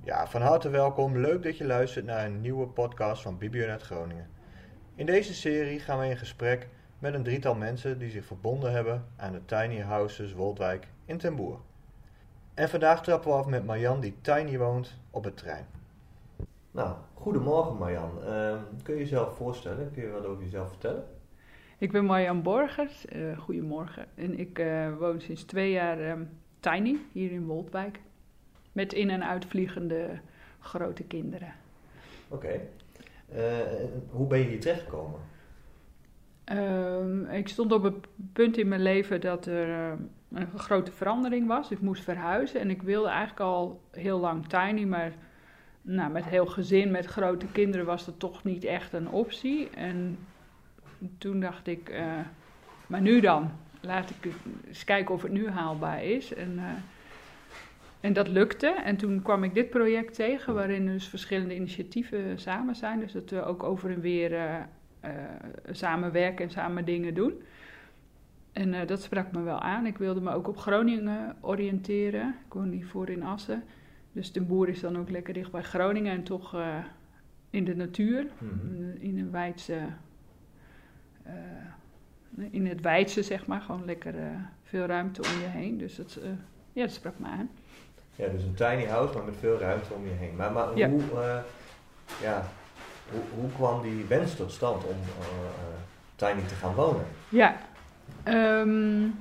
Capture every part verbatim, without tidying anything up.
Ja, van harte welkom. Leuk dat je luistert naar een nieuwe podcast van Bibionet Groningen. In deze serie gaan we in gesprek met een drietal mensen die zich verbonden hebben aan de Tiny Houses Woldwijk in Ten Boer. En vandaag trappen we af met Marjan die tiny woont op het terrein. Nou, goedemorgen Marjan. Uh, kun je jezelf voorstellen? Kun je wat over jezelf vertellen? Ik ben Marjan Borgers, uh, goedemorgen. En ik uh, woon sinds twee jaar um, tiny hier in Woldwijk. Met in- en uitvliegende grote kinderen. Oké. Okay. Uh, hoe ben je hier terechtgekomen? Uh, ik stond op een punt in mijn leven dat er uh, een grote verandering was. Ik moest verhuizen en ik wilde eigenlijk al heel lang tiny, maar nou, met heel gezin, met grote kinderen was dat toch niet echt een optie. En toen dacht ik, uh, maar nu dan? Laat ik eens kijken of het nu haalbaar is. En, uh, en dat lukte. En toen kwam ik dit project tegen, waarin dus verschillende initiatieven samen zijn. Dus dat we ook over en weer uh, uh, samenwerken en samen dingen doen. En uh, dat sprak me wel aan. Ik wilde me ook op Groningen oriënteren. Ik woon hiervoor in Assen. Dus Ten Boer is dan ook lekker dicht bij Groningen en toch uh, in de natuur. Mm-hmm. In een weidse... Uh, in het weidse, zeg maar, gewoon lekker uh, veel ruimte om je heen. Dus dat, uh, ja, dat sprak me aan. Ja, dus een tiny house, maar met veel ruimte om je heen. Maar, maar ja. Hoe, uh, ja, hoe, hoe kwam die wens tot stand om uh, uh, tiny te gaan wonen? Ja, um,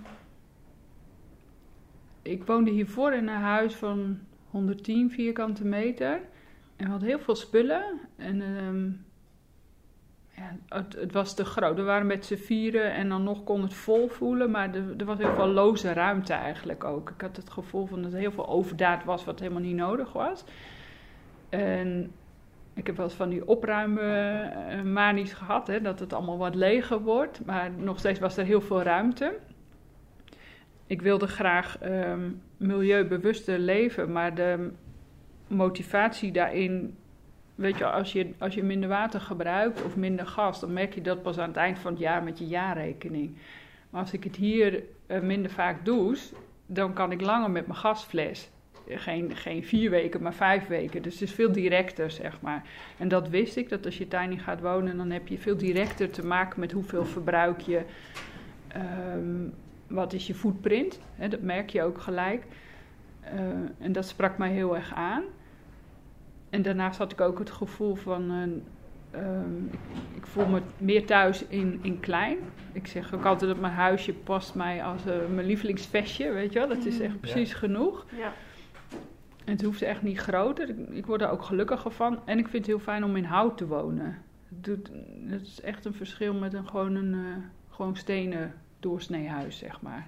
ik woonde hiervoor in een huis van honderdtien vierkante meter. En we hadden heel veel spullen. En um, ja, het, het was te groot. We waren met z'n vieren en dan nog kon het vol voelen. Maar er, er was heel veel loze ruimte eigenlijk ook. Ik had het gevoel van dat er heel veel overdaad was wat helemaal niet nodig was. En ik heb wel eens van die opruimen manies gehad. Hè, dat het allemaal wat leger wordt. Maar nog steeds was er heel veel ruimte. Ik wilde graag um, milieubewuster leven. Maar de motivatie daarin... Weet je, als je, als je minder water gebruikt of minder gas, dan merk je dat pas aan het eind van het jaar met je jaarrekening. Maar als ik het hier uh, minder vaak douche, dan kan ik langer met mijn gasfles. Geen, geen vier weken, maar vijf weken. Dus het is veel directer, zeg maar. En dat wist ik, dat als je tiny gaat wonen, dan heb je veel directer te maken met hoeveel verbruik je. Um, wat is je footprint? Hè, dat merk je ook gelijk. Uh, en dat sprak mij heel erg aan. En daarnaast had ik ook het gevoel van, uh, um, ik, ik voel me meer thuis in, in klein. Ik zeg ook altijd dat mijn huisje past mij als uh, mijn lievelingsvestje, weet je wel. Dat is echt precies ja. genoeg. Ja. En het hoeft echt niet groter. Ik, ik word er ook gelukkiger van. En ik vind het heel fijn om in hout te wonen. Het, doet, het is echt een verschil met een gewoon een uh, gewoon stenen doorsneehuis, zeg maar.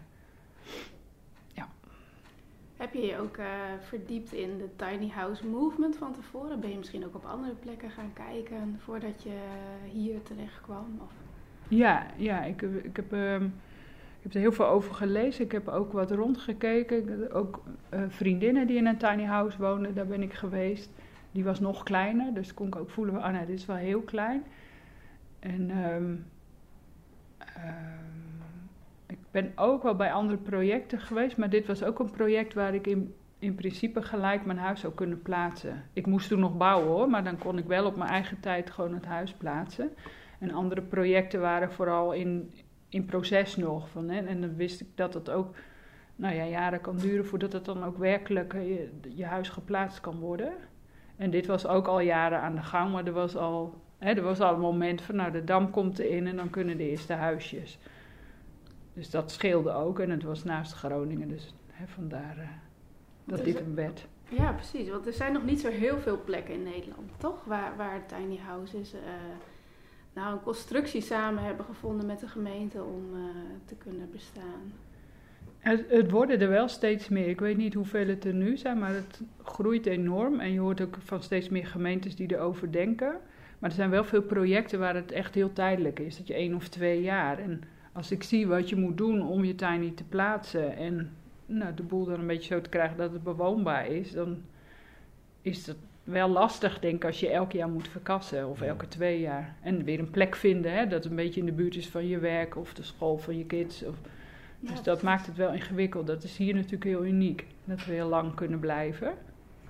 Heb je je ook uh, verdiept in de tiny house movement van tevoren? Ben je misschien ook op andere plekken gaan kijken voordat je hier terecht kwam? Of? Ja, ja ik, ik, heb, um, ik heb er heel veel over gelezen. Ik heb ook wat rondgekeken. Ik heb ook uh, vriendinnen die in een tiny house woonden, daar ben ik geweest. Die was nog kleiner, dus kon ik ook voelen, ah nee, dit is wel heel klein. En... Um, um, Ik ben ook wel bij andere projecten geweest, maar dit was ook een project waar ik in, in principe gelijk mijn huis zou kunnen plaatsen. Ik moest toen nog bouwen hoor, maar dan kon ik wel op mijn eigen tijd gewoon het huis plaatsen. En andere projecten waren vooral in, in proces nog. Van, hè, en dan wist ik dat het ook nou ja, jaren kan duren voordat het dan ook werkelijk je, je huis geplaatst kan worden. En dit was ook al jaren aan de gang, maar er was al, hè, er was al een moment van nou de dam komt erin en dan kunnen de eerste huisjes. Dus dat scheelde ook en het was naast Groningen, dus hè, vandaar uh, dat dus dit hem werd. Ja, precies, want er zijn nog niet zo heel veel plekken in Nederland, toch? Waar, waar tiny houses uh, nou een constructie samen hebben gevonden met de gemeente om uh, te kunnen bestaan. Het, het worden er wel steeds meer. Ik weet niet hoeveel het er nu zijn, maar het groeit enorm. En je hoort ook van steeds meer gemeentes die erover denken. Maar er zijn wel veel projecten waar het echt heel tijdelijk is, dat je één of twee jaar... En als ik zie wat je moet doen om je tiny te plaatsen en nou, de boel dan een beetje zo te krijgen dat het bewoonbaar is, dan is het wel lastig, denk ik, als je elk jaar moet verkassen of elke twee jaar. En weer een plek vinden, hè, dat een beetje in de buurt is van je werk of de school van je kids. Of, dus ja, dat maakt het wel ingewikkeld. Dat is hier natuurlijk heel uniek, dat we heel lang kunnen blijven.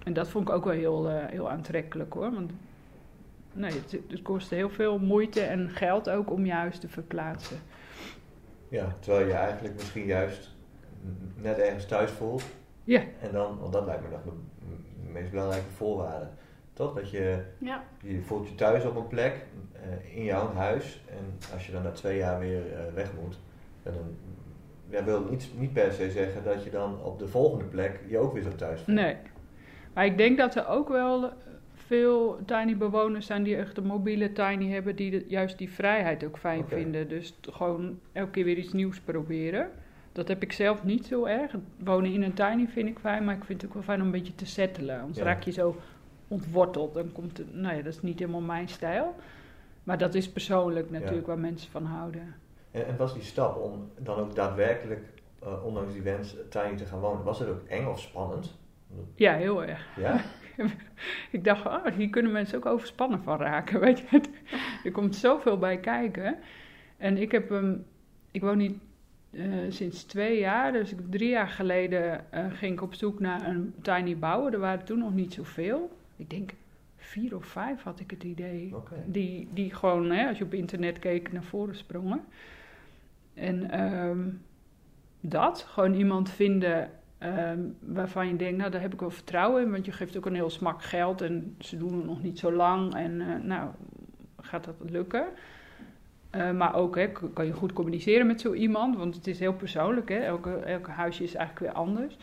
en dat vond ik ook wel heel, uh, heel aantrekkelijk hoor. Want nee, het, het kostte heel veel moeite en geld ook om je huis te verplaatsen. Ja, terwijl je eigenlijk misschien juist net ergens thuis voelt. Ja. En dan, want dat lijkt me nog de, de meest belangrijke voorwaarde. Toch? Dat je, ja. je voelt je thuis op een plek, uh, in jouw huis. En als je dan na twee jaar weer uh, weg moet, dan ja, wil het niet, niet per se zeggen dat je dan op de volgende plek je ook weer zo thuis voelt. Nee. Maar ik denk dat er ook wel veel tiny bewoners zijn die echt een mobiele tiny hebben, die de, juist die vrijheid ook fijn okay. vinden. Dus t- gewoon elke keer weer iets nieuws proberen. Dat heb ik zelf niet zo erg. Wonen in een tiny vind ik fijn, maar ik vind het ook wel fijn om een beetje te settelen. Anders ja. raak je zo ontworteld. Dan komt het, nou ja, dat is niet helemaal mijn stijl. Maar dat is persoonlijk natuurlijk ja. waar mensen van houden. En, en was die stap om dan ook daadwerkelijk, uh, ondanks die wens, tiny te gaan wonen, was het ook eng of spannend? Ja, heel erg. Ja? Ik dacht, oh, hier kunnen mensen ook overspannen van raken. Weet je? Er komt zoveel bij kijken. En ik heb um, ik woon niet uh, sinds twee jaar. Dus drie jaar geleden uh, ging ik op zoek naar een tiny bouwen. Er waren toen nog niet zoveel. Ik denk vier of vijf had ik het idee. Okay. Die, die gewoon, hè, als je op internet keek, naar voren sprongen. En um, dat, gewoon iemand vinden um, waarvan je denkt, nou daar heb ik wel vertrouwen in. Want je geeft ook een heel smak geld en ze doen het nog niet zo lang. En uh, nou, gaat dat lukken? Uh, maar ook hè, kan je goed communiceren met zo iemand, want het is heel persoonlijk. Hè? Elke, elke huisje is eigenlijk weer anders.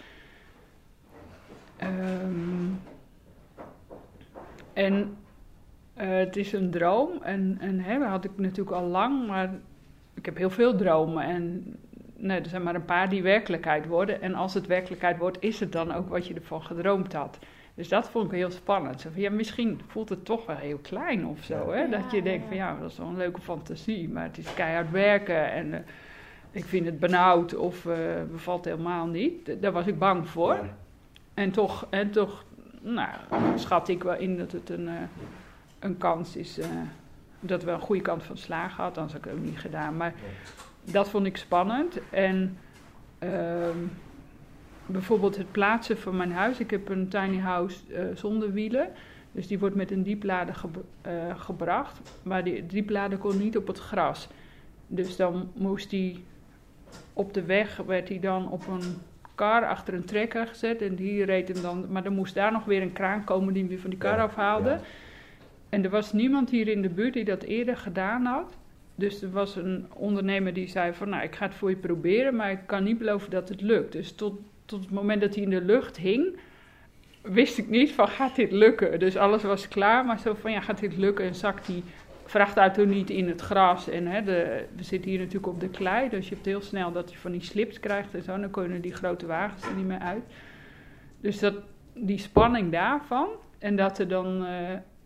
Um, en uh, het is een droom. En, en hè, dat had ik natuurlijk al lang, maar ik heb heel veel dromen. En nee, er zijn maar een paar die werkelijkheid worden. En als het werkelijkheid wordt, is het dan ook wat je ervan gedroomd had. Dus dat vond ik heel spannend. Zo van, ja, misschien voelt het toch wel heel klein of zo. Hè? Dat je denkt van ja, dat is wel een leuke fantasie. Maar het is keihard werken en uh, ik vind het benauwd of uh, bevalt helemaal niet. Daar was ik bang voor. Ja. En toch, en toch nou, schat ik wel in dat het een, uh, een kans is. Uh, dat we een goede kant van slagen had. Anders had ik het ook niet gedaan. Maar ja. dat vond ik spannend. En Uh, bijvoorbeeld het plaatsen van mijn huis. Ik heb een tiny house uh, zonder wielen. Dus die wordt met een dieplader ge- uh, gebracht. Maar die dieplader kon niet op het gras. Dus dan moest die op de weg, werd hij dan op een kar achter een trekker gezet. En die reed hem dan. Maar dan moest daar nog weer een kraan komen die hem weer van die kar ja, afhaalde. Ja. En er was niemand hier in de buurt die dat eerder gedaan had. Dus er was een ondernemer die zei van, nou ik ga het voor je proberen, maar ik kan niet beloven dat het lukt. Dus tot Tot het moment dat hij in de lucht hing, wist ik niet van gaat dit lukken. Dus alles was klaar, maar zo van ja, gaat dit lukken? En zakt die vrachtauto niet in het gras. En hè, de, we zitten hier natuurlijk op de klei, dus je hebt heel snel dat je van die slips krijgt en zo. Dan kunnen die grote wagens er niet meer uit. Dus dat, die spanning daarvan en dat er dan Uh,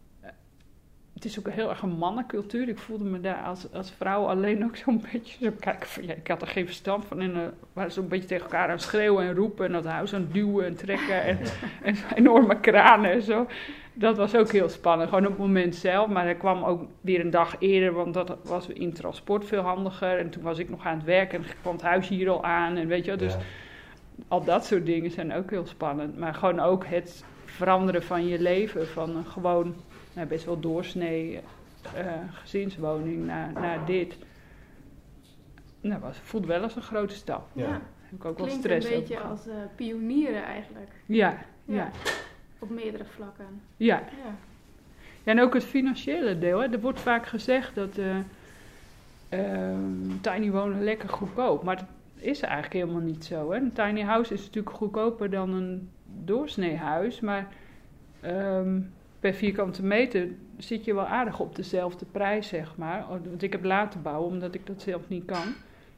het is ook heel erg een mannencultuur. Ik voelde me daar als, als vrouw alleen ook zo'n beetje zo kijken van, ja, ik had er geen verstand van. En uh, waren zo'n beetje tegen elkaar aan het schreeuwen en roepen en dat huis aan het duwen en trekken en, en enorme kranen en zo. Dat was ook heel spannend, gewoon op het moment zelf. Maar er kwam ook weer een dag eerder, want dat was in transport veel handiger. En toen was ik nog aan het werken en kwam het huis hier al aan en weet je wel. Dus ja. al dat soort dingen zijn ook heel spannend. Maar gewoon ook het veranderen van je leven, van uh, gewoon Nou, best wel doorsnee uh, gezinswoning naar, naar dit. Nou, was, voelde wel als een grote stap. Ja, Heb ik ook klinkt wel stress een beetje als uh, pionieren eigenlijk. Ja, ja, ja. Op meerdere vlakken. Ja. ja. Ja, en ook het financiële deel. Hè. Er wordt vaak gezegd dat uh, uh, tiny wonen lekker goedkoop. Maar dat is eigenlijk helemaal niet zo. Hè. Een tiny house is natuurlijk goedkoper dan een doorsneehuis. Maar Um, per vierkante meter zit je wel aardig op dezelfde prijs, zeg maar. Want ik heb laten bouwen, omdat ik dat zelf niet kan.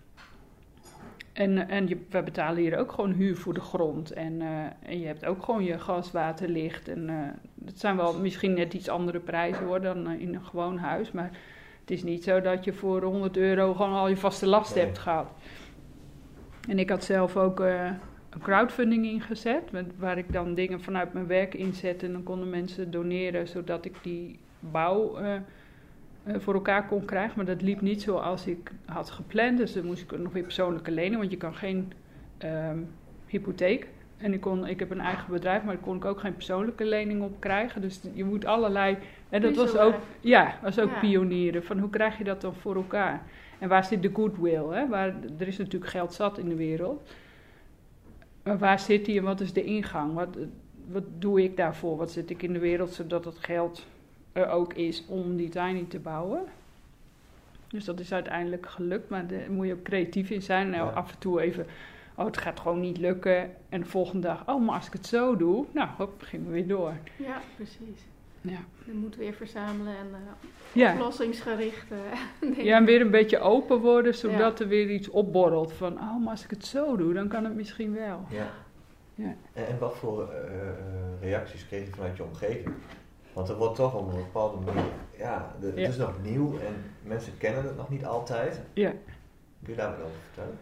En, en je, we betalen hier ook gewoon huur voor de grond. En, uh, en je hebt ook gewoon je gas, water, licht. En uh, dat zijn wel misschien net iets andere prijzen hoor, dan uh, in een gewoon huis. Maar het is niet zo dat je voor honderd euro gewoon al je vaste last nee. hebt gehad. En ik had zelf ook Uh, een crowdfunding ingezet, met, waar ik dan dingen vanuit mijn werk inzet en dan konden mensen doneren zodat ik die bouw uh, uh, voor elkaar kon krijgen. Maar dat liep niet zoals ik had gepland, dus dan moest ik nog weer persoonlijke lenen, want je kan geen um, hypotheek En ik, kon, ik heb een eigen bedrijf, maar daar kon ik ook geen persoonlijke lening op krijgen. Dus je moet allerlei... En dat was ook, ja, was ook ja. pionieren. Van hoe krijg je dat dan voor elkaar? En waar zit de goodwill? Hè? Waar, er is natuurlijk geld zat in de wereld. Maar waar zit die en wat is de ingang? Wat, wat doe ik daarvoor? Wat zet ik in de wereld zodat het geld er ook is om die tiny te bouwen? Dus dat is uiteindelijk gelukt. Maar daar moet je ook creatief in zijn. Nou, ja. af en toe even... Oh, het gaat gewoon niet lukken. En de volgende dag, oh, maar als ik het zo doe... Nou, hop, gingen we weer door. Ja, precies. Ja. Dan moeten we weer verzamelen en uh, ja. oplossingsgericht... Uh, ja, en weer een beetje open worden... zodat ja. er weer iets opborrelt. Van, oh, maar als ik het zo doe, dan kan het misschien wel. Ja. ja. En, en wat voor uh, reacties kreeg je vanuit je omgeving? Want er wordt toch op een bepaalde manier... Ja, de, het ja. is nog nieuw en mensen kennen het nog niet altijd. Ja. Kun je daar wat over vertellen?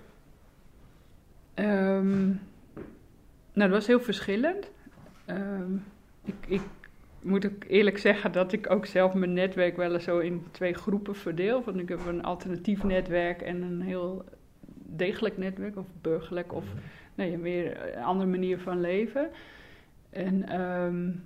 Um, nou, dat was heel verschillend. Um, ik, ik moet ook eerlijk zeggen dat ik ook zelf mijn netwerk wel eens zo in twee groepen verdeel. Want ik heb een alternatief netwerk en een heel degelijk netwerk, of burgerlijk, of nee, meer een andere manier van leven. En um,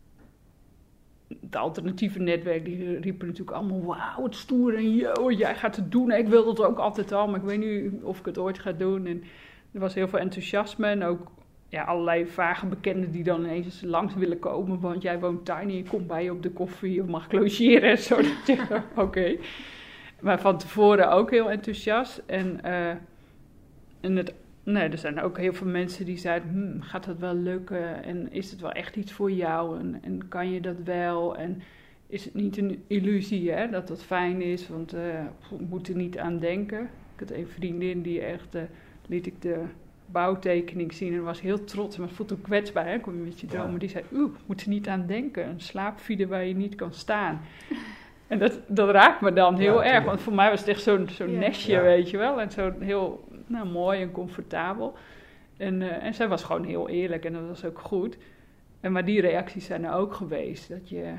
het alternatieve netwerk, die riepen natuurlijk allemaal, wauw, het stoer en yo, jij gaat het doen. Ik wil dat ook altijd al, maar ik weet niet of ik het ooit ga doen. En er was heel veel enthousiasme en ook ja, allerlei vage bekenden die dan ineens langs willen komen. Want jij woont tiny, je komt bij je op de koffie, je mag logeren en zo. Oké. Okay. Maar van tevoren ook heel enthousiast. En, uh, en het, nee, er zijn ook heel veel mensen die zeiden, hm, gaat dat wel lukken? En is het wel echt iets voor jou? En, en kan je dat wel? En is het niet een illusie, hè, dat dat fijn is? Want uh, we moeten er niet aan denken. Ik had een vriendin die echt... Uh, liet ik de bouwtekening zien en was heel trots, maar het voelt ook kwetsbaar, hè? Kom je met je dromen. Ja. Die zei, oeh, moet er niet aan denken. Een slaapfiede waar je niet kan staan. En dat, dat raakt me dan heel ja, erg, want voor mij was het echt zo'n, zo'n ja. nestje, ja. weet je wel. En zo heel nou, mooi en comfortabel. En, uh, en zij was gewoon heel eerlijk en dat was ook goed. En, maar die reacties zijn er ook geweest. Dat je...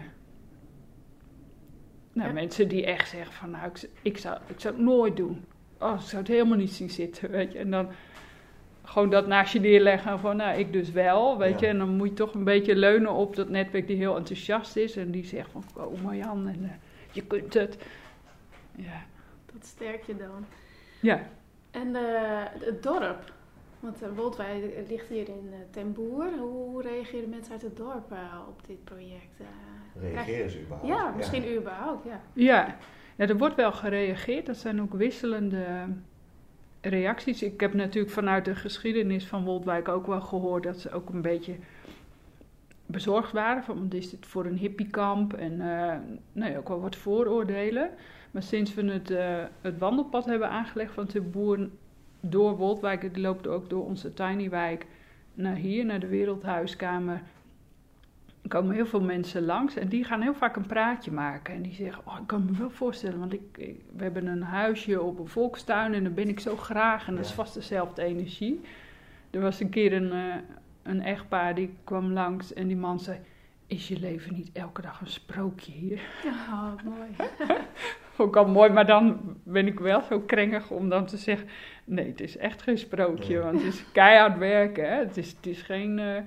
Nou, ja. mensen die echt zeggen van, nou, ik, ik, zou, ik zou het nooit doen. Oh, ik zou het helemaal niet zien zitten, weet je. En dan gewoon dat naast je neerleggen van, nou, ik dus wel, weet ja. je. En dan moet je toch een beetje leunen op dat netwerk die heel enthousiast is. En die zegt van, oh Marjan, en uh, je kunt het. Ja. Dat sterk je dan. Ja. En uh, het dorp, want uh, Woldwijk ligt hier in uh, Ten Boer. Hoe reageren mensen uit het dorp uh, op dit project? Uh, Reageren ze überhaupt? Ja, misschien ja. überhaupt, ja. Ja. Ja, er wordt wel gereageerd. Dat zijn ook wisselende reacties. Ik heb natuurlijk vanuit de geschiedenis van Woldwijk ook wel gehoord dat ze ook een beetje bezorgd waren. Van, wat is dit voor een hippiekamp? En uh, nee, ook wel wat vooroordelen. Maar sinds we het, uh, het wandelpad hebben aangelegd van Ten Boer door Woldwijk, die loopt ook door onze tinywijk naar hier, naar de Wereldhuiskamer. Er komen heel veel mensen langs en die gaan heel vaak een praatje maken. En die zeggen, oh, ik kan me wel voorstellen, want ik, ik, we hebben een huisje op een volkstuin en daar ben ik zo graag. En dat is vast dezelfde energie. Er was een keer een, uh, een echtpaar die kwam langs en die man zei, is je leven niet elke dag een sprookje hier? Oh, mooi. Vond ik al mooi, maar dan ben ik wel zo krengig om dan te zeggen, nee, het is echt geen sprookje, nee. Want het is keihard werken. Hè? Het is, het is geen... Uh,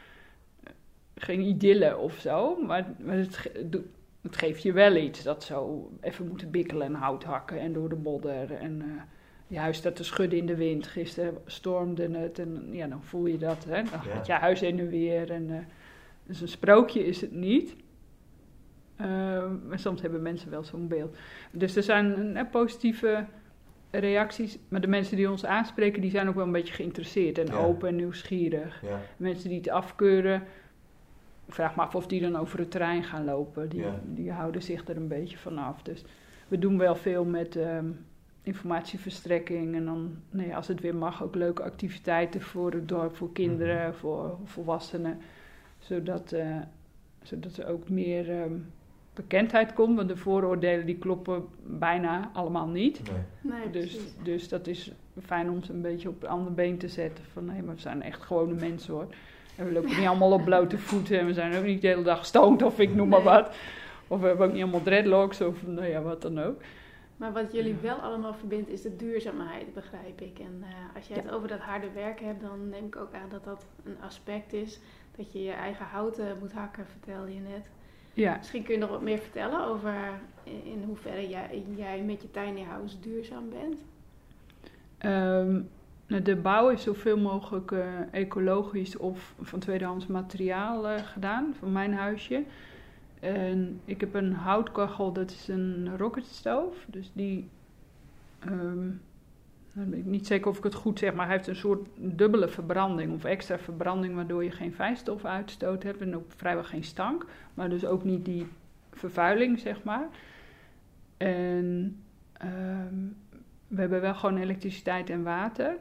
Geen idylle of zo, maar, maar het, het geeft je wel iets. Dat zo even moeten bikkelen en hout hakken en door de modder. En uh, je huis staat te schudden in de wind. Gisteren stormde het en ja, dan voel je dat. Hè? Dan gaat ja. je huis in en weer. En, uh, dus een sprookje is het niet. Uh, maar soms hebben mensen wel zo'n beeld. Dus er zijn uh, positieve reacties. Maar de mensen die ons aanspreken, die zijn ook wel een beetje geïnteresseerd. En ja. open en nieuwsgierig. Ja. Mensen die het afkeuren... Ik vraag me af of die dan over het terrein gaan lopen. Die, ja. die houden zich er een beetje vanaf. Dus we doen wel veel met um, informatieverstrekking. En dan, nee, als het weer mag, ook leuke activiteiten voor het dorp, voor kinderen, mm-hmm. voor volwassenen. Zodat, uh, zodat er ook meer um, bekendheid komt. Want de vooroordelen die kloppen bijna allemaal niet. Nee. Nee, dus, dus dat is fijn om ze een beetje op een ander been te zetten. Van nee, maar we zijn echt gewone mensen hoor. En we lopen niet allemaal op blote voeten en we zijn ook niet de hele dag stoned of ik noem maar wat. Of we hebben ook niet allemaal dreadlocks of nou ja, wat dan ook. Maar wat jullie wel allemaal verbindt is de duurzaamheid, begrijp ik. En uh, als je het ja. over dat harde werk hebt, dan neem ik ook aan dat dat een aspect is. Dat je je eigen hout uh, moet hakken, vertelde je net. Ja. Misschien kun je nog wat meer vertellen over in, in hoeverre jij, jij met je tiny house duurzaam bent. Um, de bouw is zoveel mogelijk uh, ecologisch of van tweedehands materiaal uh, gedaan, van mijn huisje. En ik heb een houtkachel, dat is een rocketstoof. Dus die, um, dan ben ik niet zeker of ik het goed zeg, maar hij heeft een soort dubbele verbranding of extra verbranding, waardoor je geen fijnstofuitstoot hebt en ook vrijwel geen stank. Maar dus ook niet die vervuiling, zeg maar. En um, we hebben wel gewoon elektriciteit en water.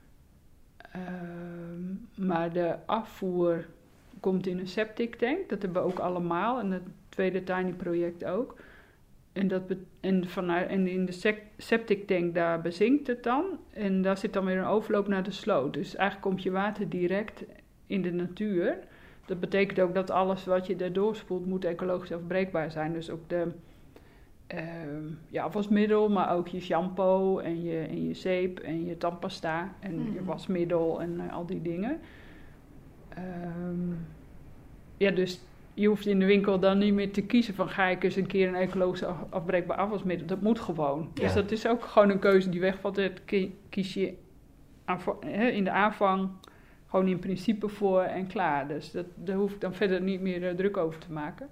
Um, maar de afvoer komt in een septic tank. Dat hebben we ook allemaal. En het tweede tiny project ook. En, dat be- en, vanuit, en in de sec- septic tank, daar bezinkt het dan. En daar zit dan weer een overloop naar de sloot. Dus eigenlijk komt je water direct in de natuur. Dat betekent ook dat alles wat je erdoor spoelt moet ecologisch afbreekbaar zijn. Dus ook de uh, ja, afwasmiddel, maar ook je shampoo en je, en je zeep en je tandpasta en mm. je wasmiddel en uh, al die dingen. Um, ja, dus je hoeft in de winkel dan niet meer te kiezen van ga ik eens een keer een ecologisch af, afbreekbaar afwasmiddel. Dat moet gewoon. Ja. Dus dat is ook gewoon een keuze die wegvalt. Dat kies je aanv- in de aanvang gewoon in principe voor en klaar. Dus dat, daar hoef ik dan verder niet meer uh, druk over te maken.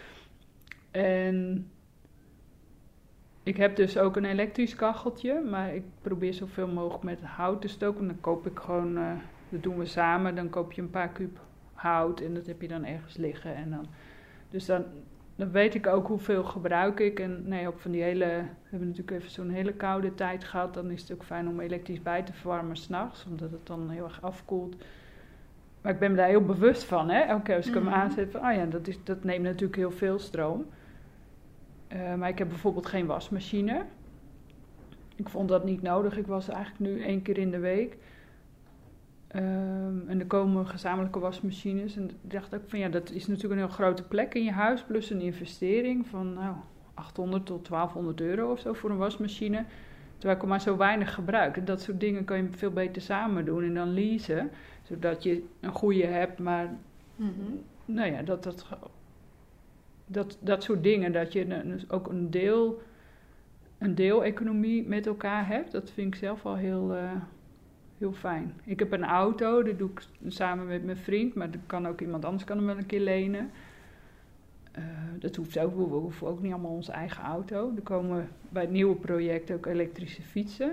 En ik heb dus ook een elektrisch kacheltje, maar ik probeer zoveel mogelijk met hout te stoken. Dan koop ik gewoon, uh, dat doen we samen, dan koop je een paar kuub hout en dat heb je dan ergens liggen. En dan, dus dan, dan weet ik ook hoeveel gebruik ik. En nee, ook van die hele, we hebben natuurlijk even zo'n hele koude tijd gehad. Dan is het ook fijn om elektrisch bij te verwarmen 's nachts, omdat het dan heel erg afkoelt. Maar ik ben me daar heel bewust van, hè. Elke keer als ik hem mm-hmm. aanzet, van, oh ja, dat, is, dat neemt natuurlijk heel veel stroom. Uh, maar ik heb bijvoorbeeld geen wasmachine. Ik vond dat niet nodig. Ik was eigenlijk nu één keer in de week. Um, en er komen gezamenlijke wasmachines. En ik dacht ook van ja, dat is natuurlijk een heel grote plek in je huis. Plus een investering van nou, achthonderd tot twaalfhonderd euro of zo voor een wasmachine. Terwijl ik hem maar zo weinig gebruik. En dat soort dingen kan je veel beter samen doen en dan leasen. Zodat je een goede hebt, maar mm-hmm. nou ja, dat dat... Dat, dat soort dingen, dat je een, ook een deel, een deel-economie met elkaar hebt, dat vind ik zelf al heel, uh, heel fijn. Ik heb een auto, dat doe ik samen met mijn vriend, maar dat kan ook iemand anders kan hem wel een keer lenen. Uh, dat hoeft ook, we hoeven ook niet allemaal onze eigen auto. Er komen bij het nieuwe project ook elektrische fietsen.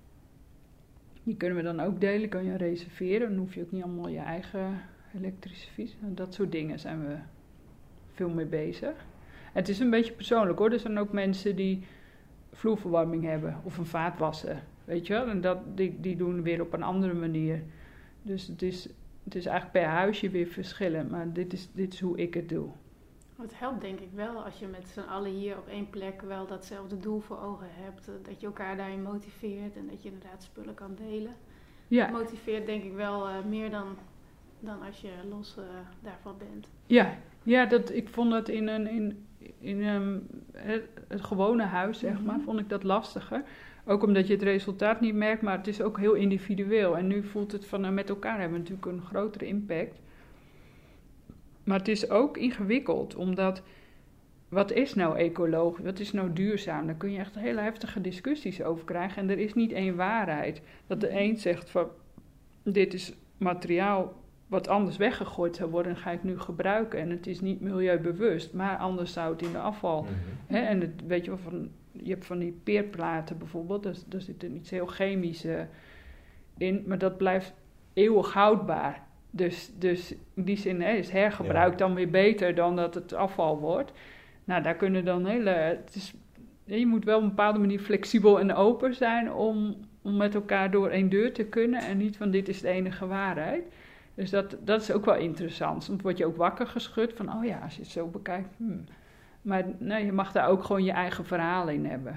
Die kunnen we dan ook delen, kan je reserveren, dan hoef je ook niet allemaal je eigen elektrische fiets. Dat soort dingen zijn we veel mee bezig. Het is een beetje persoonlijk hoor. Er zijn ook mensen die vloerverwarming hebben of een vaatwasser, weet je wel. En dat, die, die doen weer op een andere manier. Dus het is, het is eigenlijk per huisje weer verschillend. Maar dit is, dit is hoe ik het doe. Het helpt denk ik wel als je met z'n allen hier op één plek wel datzelfde doel voor ogen hebt. Dat je elkaar daarin motiveert en dat je inderdaad spullen kan delen. Ja. Het motiveert denk ik wel uh, meer dan, dan als je los uh, daarvan bent. Ja. Ja, dat, ik vond dat in, een, in, in een, het, het gewone huis, zeg maar, mm-hmm. vond ik dat lastiger. Ook omdat je het resultaat niet merkt, maar het is ook heel individueel. En nu voelt het van, uh, met elkaar hebben we natuurlijk een grotere impact. Maar het is ook ingewikkeld, omdat, wat is nou ecologisch, wat is nou duurzaam? Daar kun je echt hele heftige discussies over krijgen. En er is niet één waarheid. Dat de een zegt van, dit is materiaal wat anders weggegooid zou worden, ga ik nu gebruiken. En het is niet milieubewust, maar anders zou het in de afval. Mm-hmm. Hè? En het, weet je wel, van, je hebt van die peerplaten bijvoorbeeld, daar, daar zit er iets heel chemisch uh, in, maar dat blijft eeuwig houdbaar. Dus, dus in die zin hè, is hergebruik ja. dan weer beter dan dat het afval wordt. Nou, daar kunnen dan hele... Het is, je moet wel op een bepaalde manier flexibel en open zijn om, om met elkaar door één deur te kunnen en niet van dit is de enige waarheid. Dus dat, dat is ook wel interessant. Soms word je ook wakker geschud van, oh ja, als je het zo bekijkt. Hmm. Maar nee, je mag daar ook gewoon je eigen verhaal in hebben.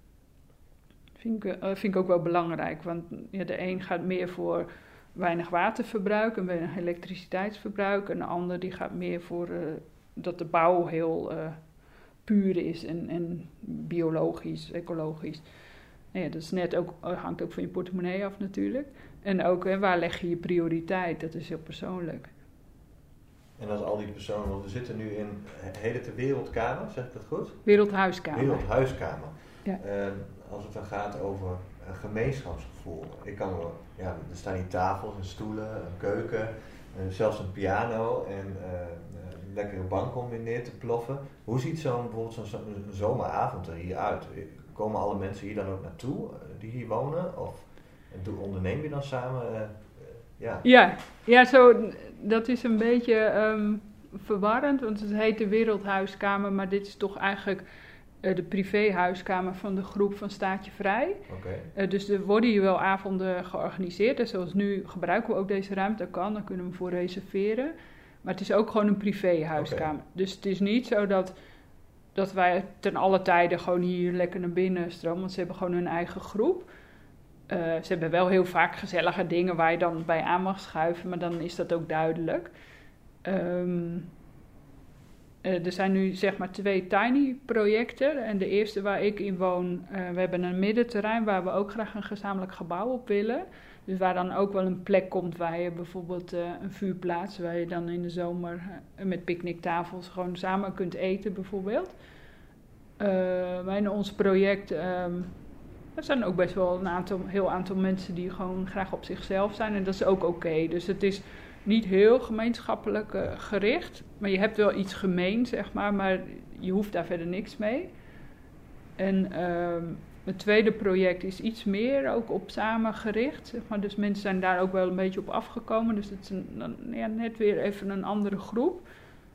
Dat vind ik, uh, vind ik ook wel belangrijk. Want ja, de een gaat meer voor weinig waterverbruik en weinig elektriciteitsverbruik. En de ander die gaat meer voor uh, dat de bouw heel uh, puur is en, en biologisch, ecologisch. Nou ja, dat is net ook, hangt ook van je portemonnee af natuurlijk. En ook hè, waar leg je je prioriteit, dat is heel persoonlijk. En als al die personen, want we zitten nu in, heet het de Wereldkamer, zeg ik dat goed? Wereldhuiskamer. Wereldhuiskamer. Ja. Uh, als het dan gaat over uh, gemeenschapsgevoel. Ik kan wel, ja, er staan hier tafels en stoelen, een keuken, uh, zelfs een piano en uh, een lekkere bank om weer neer te ploffen. Hoe ziet zo'n, bijvoorbeeld zo'n, zo'n zomeravond er hier uit? Komen alle mensen hier dan ook naartoe, uh, die hier wonen? Of uh, onderneem je dan samen? Uh, Ja. Ja, ja zo, dat is een beetje um, verwarrend, want het heet de Wereldhuiskamer, maar dit is toch eigenlijk uh, de privéhuiskamer van de groep van Staatje Vrij. Okay. Uh, dus er worden hier wel avonden georganiseerd en zoals nu gebruiken we ook deze ruimte, dat kan, daar kunnen we voor reserveren. Maar het is ook gewoon een privéhuiskamer. Okay. Dus het is niet zo dat, dat wij ten alle tijden gewoon hier lekker naar binnen stromen, want ze hebben gewoon hun eigen groep. Uh, ze hebben wel heel vaak gezellige dingen waar je dan bij aan mag schuiven, maar dan is dat ook duidelijk. Um, uh, er zijn nu zeg maar twee tiny projecten. En de eerste waar ik in woon, uh, we hebben een middenterrein waar we ook graag een gezamenlijk gebouw op willen. Dus waar dan ook wel een plek komt waar je bijvoorbeeld uh, een vuurplaats, waar je dan in de zomer uh, met picknicktafels gewoon samen kunt eten bijvoorbeeld. Uh, maar in ons project... Um, Er zijn ook best wel een aantal, heel aantal mensen die gewoon graag op zichzelf zijn. En dat is ook oké. Okay. Dus het is niet heel gemeenschappelijk uh, gericht. Maar je hebt wel iets gemeen, zeg maar. Maar je hoeft daar verder niks mee. En uh, het tweede project is iets meer ook op samen gericht. Zeg maar. Dus mensen zijn daar ook wel een beetje op afgekomen. Dus het is een, een, ja, net weer even een andere groep.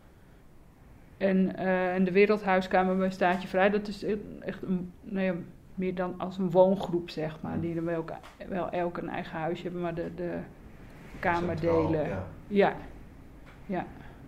En, uh, en de Wereldhuiskamer bij Staatje Vrij, dat is echt een... Nee, meer dan als een woongroep, zeg maar. Die dan wel, wel elk een eigen huisje hebben, maar de, de kamer Centraal, delen. Ja. ja. Ja.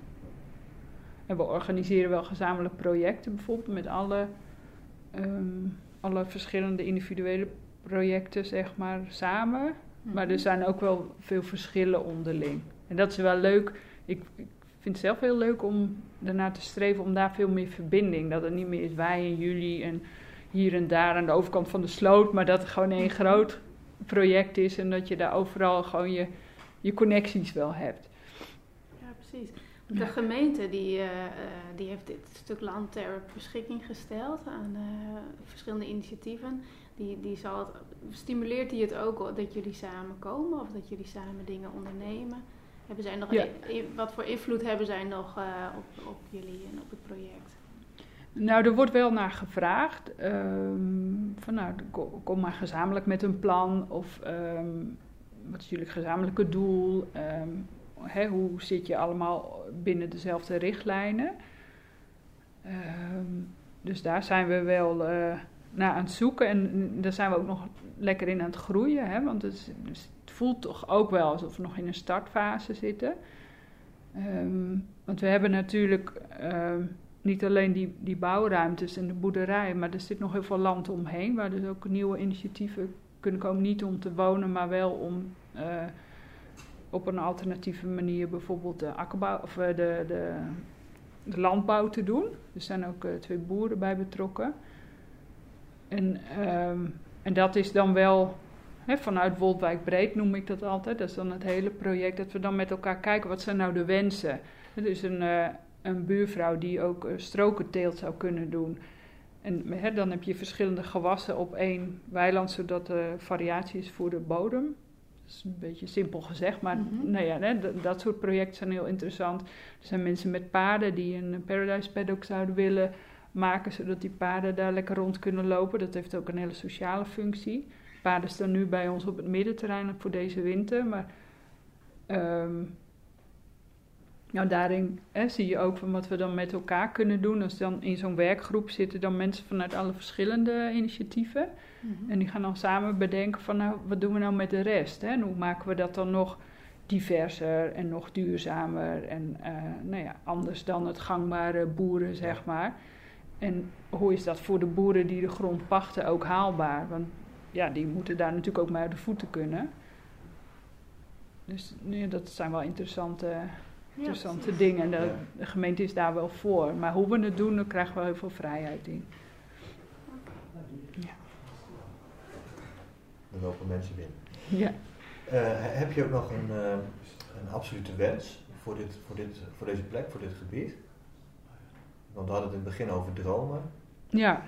En we organiseren wel gezamenlijk projecten, bijvoorbeeld met alle, um, alle verschillende individuele projecten, zeg maar, samen. Mm-hmm. Maar er zijn ook wel veel verschillen onderling. En dat is wel leuk. Ik, ik vind het zelf heel leuk om daarnaar te streven, om daar veel meer verbinding. Dat het niet meer is wij en jullie en hier en daar aan de overkant van de sloot, maar dat het gewoon een groot project is en dat je daar overal gewoon je, je connecties wel hebt. Ja, precies. De ja. gemeente die, uh, die heeft dit stuk land ter beschikking gesteld aan uh, verschillende initiatieven. Die, die zal het, stimuleert die het ook dat jullie samen komen of dat jullie samen dingen ondernemen? Hebben zij nog ja. een, wat voor invloed hebben zij nog uh, op, op jullie en op het project? Nou, er wordt wel naar gevraagd. Um, van nou, kom maar gezamenlijk met een plan. Of um, wat is jullie gezamenlijke doel? Um, hè, hoe zit je allemaal binnen dezelfde richtlijnen? Um, dus daar zijn we wel uh, naar aan het zoeken. En daar zijn we ook nog lekker in aan het groeien. Hè? Want het, is, dus het voelt toch ook wel alsof we nog in een startfase zitten. Um, want we hebben natuurlijk... Um, Niet alleen die, die bouwruimtes en de boerderij, maar er zit nog heel veel land omheen, waar dus ook nieuwe initiatieven kunnen komen. Niet om te wonen, maar wel om uh, op een alternatieve manier bijvoorbeeld de akkerbouw of uh, de, de, de landbouw te doen. Er zijn ook uh, twee boeren bij betrokken. En, um, en dat is dan wel, hè, vanuit Woldwijk Breed noem ik dat altijd, dat is dan het hele project, dat we dan met elkaar kijken, wat zijn nou de wensen? Het is een... Uh, een buurvrouw die ook uh, strokenteelt zou kunnen doen. En hè, dan heb je verschillende gewassen op één weiland, zodat er variatie is voor de bodem. Dat is een beetje simpel gezegd, maar mm-hmm. nou ja, hè, d- dat soort projecten zijn heel interessant. Er zijn mensen met paarden die een paradise paddock zouden willen maken, zodat die paarden daar lekker rond kunnen lopen. Dat heeft ook een hele sociale functie. Paarden staan nu bij ons op het middenterrein voor deze winter, maar... Um, Nou, daarin hè, zie je ook van wat we dan met elkaar kunnen doen. Als dan in zo'n werkgroep zitten dan mensen vanuit alle verschillende initiatieven. Mm-hmm. En die gaan dan samen bedenken van, nou, wat doen we nou met de rest? Hè? En hoe maken we dat dan nog diverser en nog duurzamer en uh, nou ja, anders dan het gangbare boeren, zeg maar. En hoe is dat voor de boeren die de grond pachten ook haalbaar? Want ja, die moeten daar natuurlijk ook mee uit de voeten kunnen. Dus nee, dat zijn wel interessante... interessante ja, dingen. De, ja. de gemeente is daar wel voor. Maar hoe we het doen, daar krijgen we heel veel vrijheid in. Ja. Dan lopen mensen binnen. Ja. Uh, heb je ook nog een, uh, een absolute wens voor, dit, voor, dit, voor deze plek, voor dit gebied? Want we hadden het in het begin over dromen. Ja.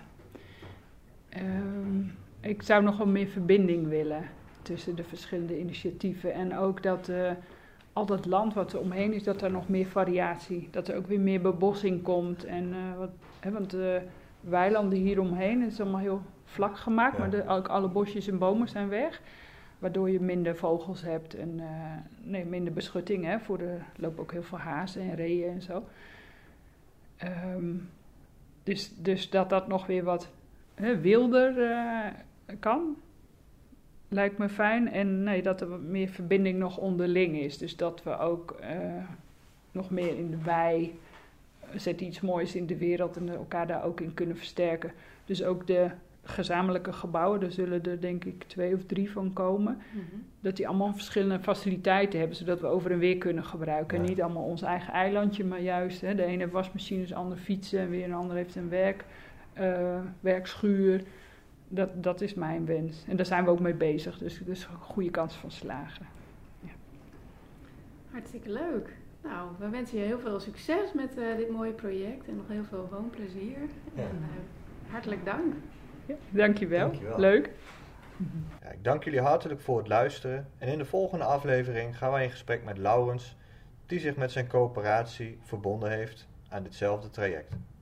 Um, ik zou nog wel meer verbinding willen tussen de verschillende initiatieven. En ook dat uh, al dat land wat er omheen is, dat er nog meer variatie, dat er ook weer meer bebossing komt. En, uh, wat, hè, want de weilanden hieromheen, het is allemaal heel vlak gemaakt, ja. maar de, ook alle bosjes en bomen zijn weg. Waardoor je minder vogels hebt en uh, nee, minder beschutting. Hè, voor de, er lopen ook heel veel hazen en reeën en zo. Um, dus, dus dat dat nog weer wat hè, wilder uh, kan, lijkt me fijn. En nee, dat er wat meer verbinding nog onderling is. Dus dat we ook uh, nog meer in de wei zetten iets moois in de wereld en elkaar daar ook in kunnen versterken. Dus ook de gezamenlijke gebouwen, daar zullen er denk ik twee of drie van komen. Mm-hmm. Dat die allemaal verschillende faciliteiten hebben, zodat we over en weer kunnen gebruiken. Ja. En niet allemaal ons eigen eilandje, maar juist hè, de ene heeft wasmachines, de ander fietsen en weer een ander heeft een werk, uh, werkschuur. Dat, dat is mijn wens. En daar zijn we ook mee bezig, dus er is een goede kans van slagen. Ja. Hartstikke leuk. Nou, we wensen je heel veel succes met uh, dit mooie project en nog heel veel woonplezier. Ja. En uh, hartelijk dank. Ja, dankjewel. dankjewel. Leuk. Ja, ik dank jullie hartelijk voor het luisteren. En in de volgende aflevering gaan wij in gesprek met Laurens, die zich met zijn coöperatie verbonden heeft aan ditzelfde traject.